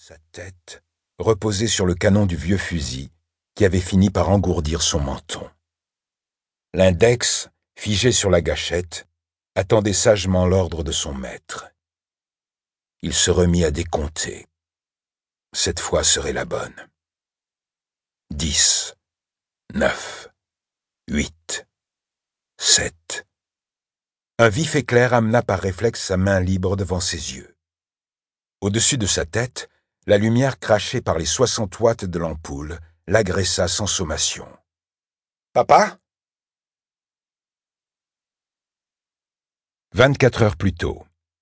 Sa tête reposait sur le canon du vieux fusil qui avait fini par engourdir son menton. L'index, figé sur la gâchette, attendait sagement l'ordre de son maître. Il se remit à décompter. Cette fois serait la bonne. 10, 9, 8, 7. Un vif éclair amena par réflexe sa main libre devant ses yeux. Au-dessus de sa tête, la lumière crachée par les 60 watts de l'ampoule l'agressa sans sommation. « Papa ?» 24 heures plus tôt.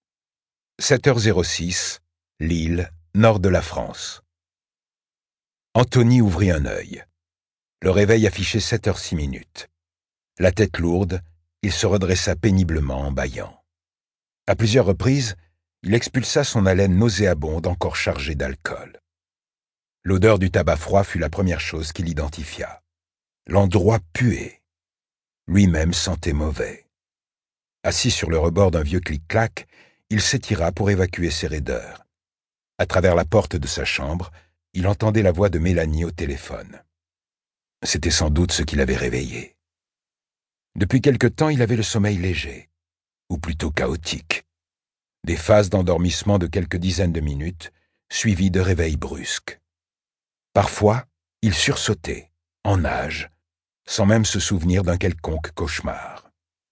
7h06, Lille, nord de la France. Anthony ouvrit un œil. Le réveil affichait 7h06. La tête lourde, il se redressa péniblement en bâillant. À plusieurs reprises, il expulsa son haleine nauséabonde encore chargée d'alcool. L'odeur du tabac froid fut la première chose qu'il identifia. L'endroit puait. Lui-même sentait mauvais. Assis sur le rebord d'un vieux clic-clac, il s'étira pour évacuer ses raideurs. À travers la porte de sa chambre, il entendait la voix de Mélanie au téléphone. C'était sans doute ce qui l'avait réveillé. Depuis quelque temps, il avait le sommeil léger, ou plutôt chaotique. Des phases d'endormissement de quelques dizaines de minutes, suivies de réveils brusques. Parfois, il sursautait, en nage, sans même se souvenir d'un quelconque cauchemar.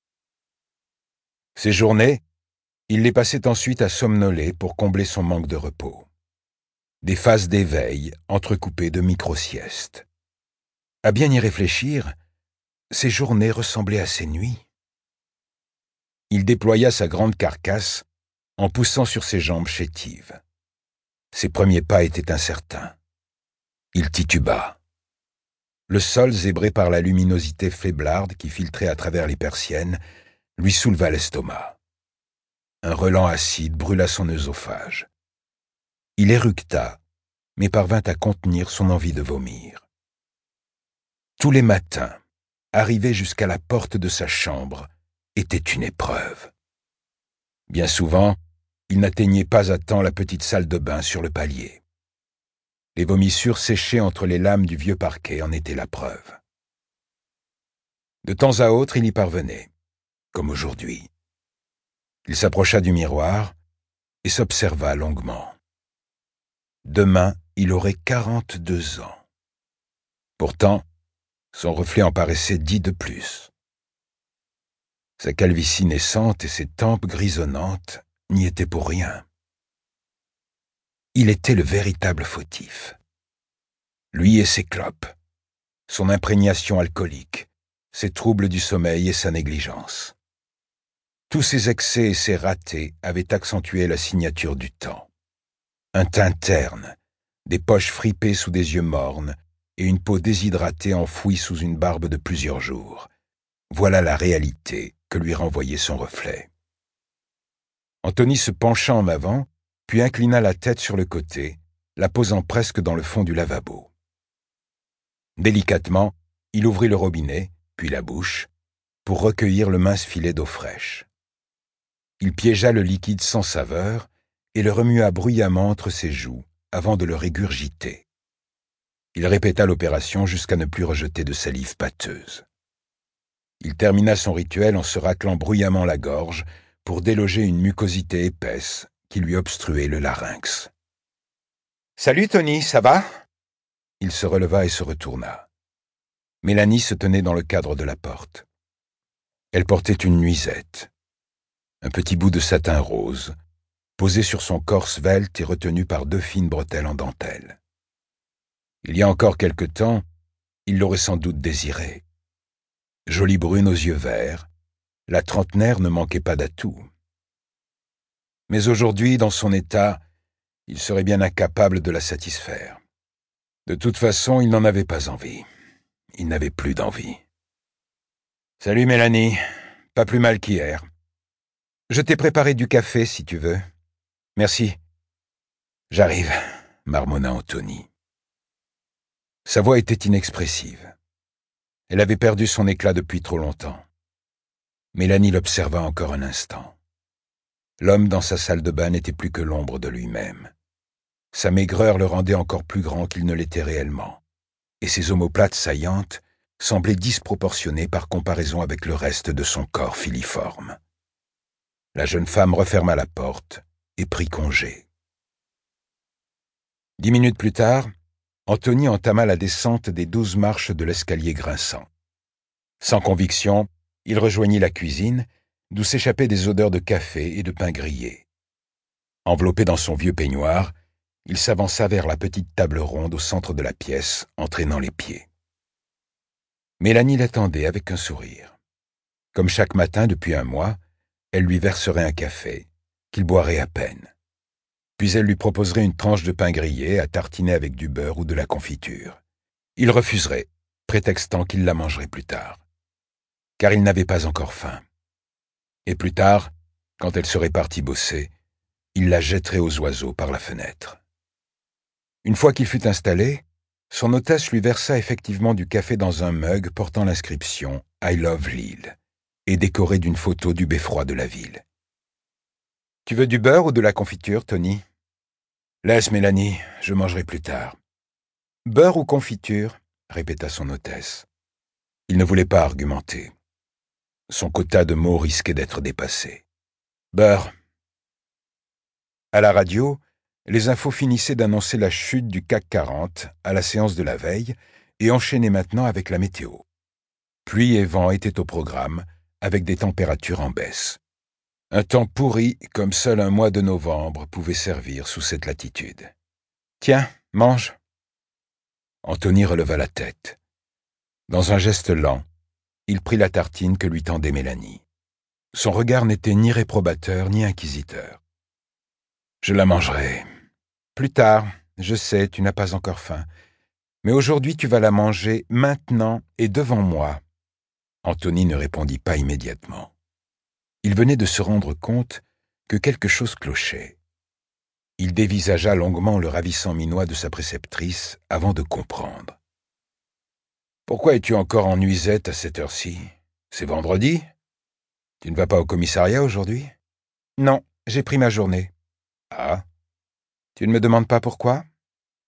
Ces journées, il les passait ensuite à somnoler pour combler son manque de repos. Des phases d'éveil entrecoupées de micro-siestes. À bien y réfléchir, ces journées ressemblaient à ces nuits. Il déploya sa grande carcasse en poussant sur ses jambes chétives. Ses premiers pas étaient incertains. Il tituba. Le sol, zébré par la luminosité faiblarde qui filtrait à travers les persiennes, lui souleva l'estomac. Un relent acide brûla son œsophage. Il éructa, mais parvint à contenir son envie de vomir. Tous les matins, arriver jusqu'à la porte de sa chambre était une épreuve. Bien souvent, il n'atteignait pas à temps la petite salle de bain sur le palier. Les vomissures séchées entre les lames du vieux parquet en étaient la preuve. De temps à autre, il y parvenait, comme aujourd'hui. Il s'approcha du miroir et s'observa longuement. Demain, il aurait 42 ans. Pourtant, son reflet en paraissait 10 de plus. Sa calvitie naissante et ses tempes grisonnantes n'y étaient pour rien. Il était le véritable fautif. Lui et ses clopes, son imprégnation alcoolique, ses troubles du sommeil et sa négligence. Tous ses excès et ses ratés avaient accentué la signature du temps. Un teint terne, des poches fripées sous des yeux mornes et une peau déshydratée enfouie sous une barbe de plusieurs jours. Voilà la réalité que lui renvoyait son reflet. Anthony se pencha en avant, puis inclina la tête sur le côté, la posant presque dans le fond du lavabo. Délicatement, il ouvrit le robinet, puis la bouche, pour recueillir le mince filet d'eau fraîche. Il piégea le liquide sans saveur et le remua bruyamment entre ses joues avant de le régurgiter. Il répéta l'opération jusqu'à ne plus rejeter de salive pâteuse. Il termina son rituel en se raclant bruyamment la gorge pour déloger une mucosité épaisse qui lui obstruait le larynx. « Salut Tony, ça va ?» Il se releva et se retourna. Mélanie se tenait dans le cadre de la porte. Elle portait une nuisette, un petit bout de satin rose, posé sur son corps svelte et retenu par 2 fines bretelles en dentelle. Il y a encore quelque temps, il l'aurait sans doute désirée. Jolie brune aux yeux verts, la trentenaire ne manquait pas d'atouts. Mais aujourd'hui, dans son état, il serait bien incapable de la satisfaire. De toute façon, il n'en avait pas envie. Il n'avait plus d'envie. « Salut Mélanie, pas plus mal qu'hier. Je t'ai préparé du café, si tu veux. »« Merci. »« J'arrive, » marmonna Anthony. Sa voix était inexpressive. Elle avait perdu son éclat depuis trop longtemps. Mélanie l'observa encore un instant. L'homme dans sa salle de bain n'était plus que l'ombre de lui-même. Sa maigreur le rendait encore plus grand qu'il ne l'était réellement, et ses omoplates saillantes semblaient disproportionnées par comparaison avec le reste de son corps filiforme. La jeune femme referma la porte et prit congé. 10 minutes plus tard, Anthony entama la descente des 12 marches de l'escalier grinçant. Sans conviction, il rejoignit la cuisine, d'où s'échappaient des odeurs de café et de pain grillé. Enveloppé dans son vieux peignoir, il s'avança vers la petite table ronde au centre de la pièce, entraînant les pieds. Mélanie l'attendait avec un sourire. Comme chaque matin depuis un mois, elle lui verserait un café, qu'il boirait à peine. Puis elle lui proposerait une tranche de pain grillé à tartiner avec du beurre ou de la confiture. Il refuserait, prétextant qu'il la mangerait plus tard. Car il n'avait pas encore faim. Et plus tard, quand elle serait partie bosser, il la jetterait aux oiseaux par la fenêtre. Une fois qu'il fut installé, son hôtesse lui versa effectivement du café dans un mug portant l'inscription « I love Lille » et décoré d'une photo du beffroi de la ville. « Tu veux du beurre ou de la confiture, Tony ?»« Laisse, Mélanie, je mangerai plus tard. »« Beurre ou confiture ?» répéta son hôtesse. Il ne voulait pas argumenter. Son quota de mots risquait d'être dépassé. « Beurre. » À la radio, les infos finissaient d'annoncer la chute du CAC 40 à la séance de la veille et enchaînaient maintenant avec la météo. Pluie et vent étaient au programme, avec des températures en baisse. Un temps pourri comme seul un mois de novembre pouvait servir sous cette latitude. « Tiens, mange !» Anthony releva la tête. Dans un geste lent, il prit la tartine que lui tendait Mélanie. Son regard n'était ni réprobateur ni inquisiteur. « Je la mangerai. Plus tard, je sais, tu n'as pas encore faim. Mais aujourd'hui, tu vas la manger maintenant et devant moi. » Anthony ne répondit pas immédiatement. Il venait de se rendre compte que quelque chose clochait. Il dévisagea longuement le ravissant minois de sa préceptrice avant de comprendre. « Pourquoi es-tu encore en nuisette à cette heure-ci? C'est vendredi? Tu ne vas pas au commissariat aujourd'hui? »« Non, j'ai pris ma journée. »« Ah? Tu ne me demandes pas pourquoi? »« Pourquoi? »«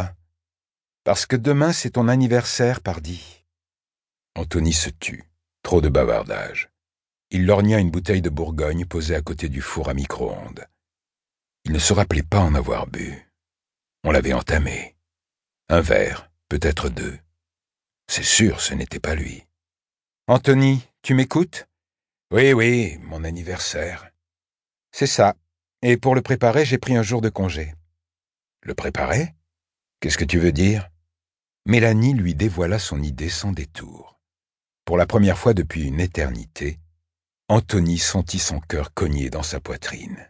Parce que demain c'est ton anniversaire, pardi. » Anthony se tut. Trop de bavardage. Il lorgna une bouteille de Bourgogne posée à côté du four à micro-ondes. Il ne se rappelait pas en avoir bu. On l'avait entamé. Un verre, peut-être 2. C'est sûr, ce n'était pas lui. « Anthony, tu m'écoutes? »« Oui, mon anniversaire. »« C'est ça. Et pour le préparer, j'ai pris un jour de congé. »« Le préparer? Qu'est-ce que tu veux dire? » Mélanie lui dévoila son idée sans détour. Pour la première fois depuis une éternité, Anthony sentit son cœur cogner dans sa poitrine.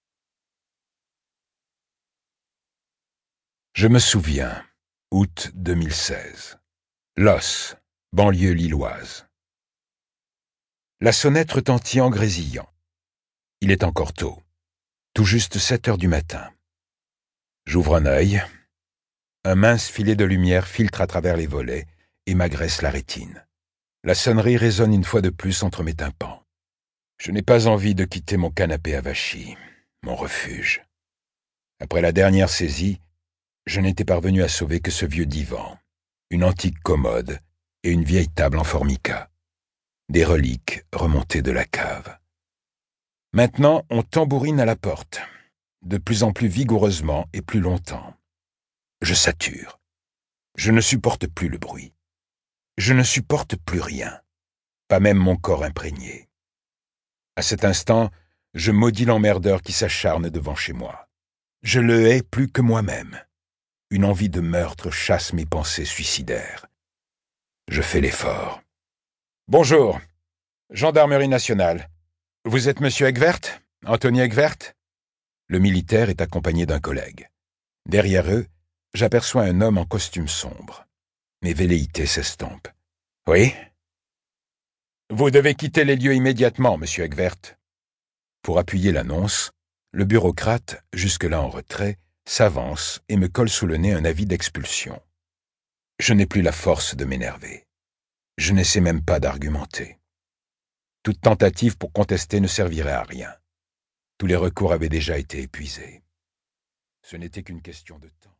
Je me souviens, août 2016. Los, banlieue lilloise. La sonnette retentit en grésillant. Il est encore tôt, tout juste 7 heures du matin. J'ouvre un œil. Un mince filet de lumière filtre à travers les volets et m'agresse la rétine. La sonnerie résonne une fois de plus entre mes tympans. Je n'ai pas envie de quitter mon canapé avachi, mon refuge. Après la dernière saisie, je n'étais parvenu à sauver que ce vieux divan, une antique commode et une vieille table en formica. Des reliques remontées de la cave. Maintenant, on tambourine à la porte, de plus en plus vigoureusement et plus longtemps. Je sature. Je ne supporte plus le bruit. Je ne supporte plus rien, pas même mon corps imprégné. À cet instant, je maudis l'emmerdeur qui s'acharne devant chez moi. Je le hais plus que moi-même. Une envie de meurtre chasse mes pensées suicidaires. Je fais l'effort. « Bonjour, Gendarmerie nationale. Vous êtes monsieur Egvert? Anthony Egvert ?» Le militaire est accompagné d'un collègue. Derrière eux, j'aperçois un homme en costume sombre. Mes velléités s'estompent. « Oui? » « Vous devez quitter les lieux immédiatement, monsieur Egvert. » Pour appuyer l'annonce, le bureaucrate, jusque-là en retrait, s'avance et me colle sous le nez un avis d'expulsion. Je n'ai plus la force de m'énerver. Je n'essaie même pas d'argumenter. Toute tentative pour contester ne servirait à rien. Tous les recours avaient déjà été épuisés. Ce n'était qu'une question de temps.